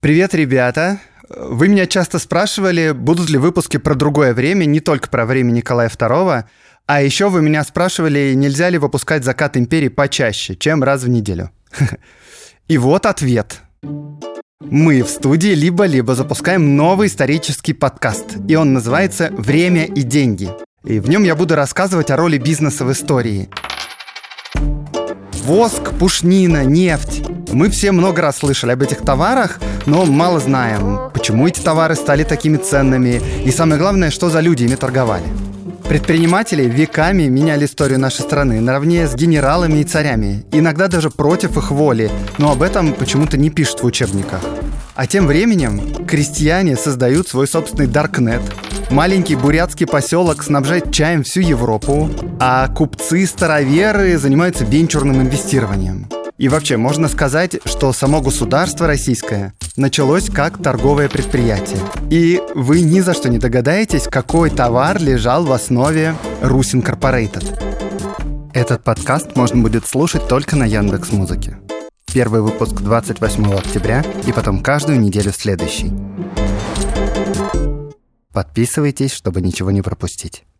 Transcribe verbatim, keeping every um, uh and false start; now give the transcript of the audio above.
Привет, ребята! Вы меня часто спрашивали, будут ли выпуски про другое время, не только про время Николая второго, а еще вы меня спрашивали, нельзя ли выпускать «Закат империи» почаще, чем раз в неделю. И вот ответ. Мы в студии «Либо-либо» запускаем новый исторический подкаст, и он называется «Время и деньги». И в нем я буду рассказывать о роли бизнеса в истории. Воск, пушнина, нефть. Мы все много раз слышали об этих товарах, но мало знаем, почему эти товары стали такими ценными, и самое главное, что за люди ими торговали. Предприниматели веками меняли историю нашей страны наравне с генералами и царями, иногда даже против их воли, но об этом почему-то не пишут в учебниках. А тем временем крестьяне создают свой собственный даркнет, маленький бурятский поселок снабжает чаем всю Европу, а купцы-староверы занимаются венчурным инвестированием. И вообще, можно сказать, что само государство российское началось как торговое предприятие. И вы ни за что не догадаетесь, какой товар лежал в основе Русь Инкорпорейтед. Этот подкаст можно будет слушать только на Яндекс.Музыке. Первый выпуск двадцать восьмого октября и потом каждую неделю следующий. Подписывайтесь, чтобы ничего не пропустить.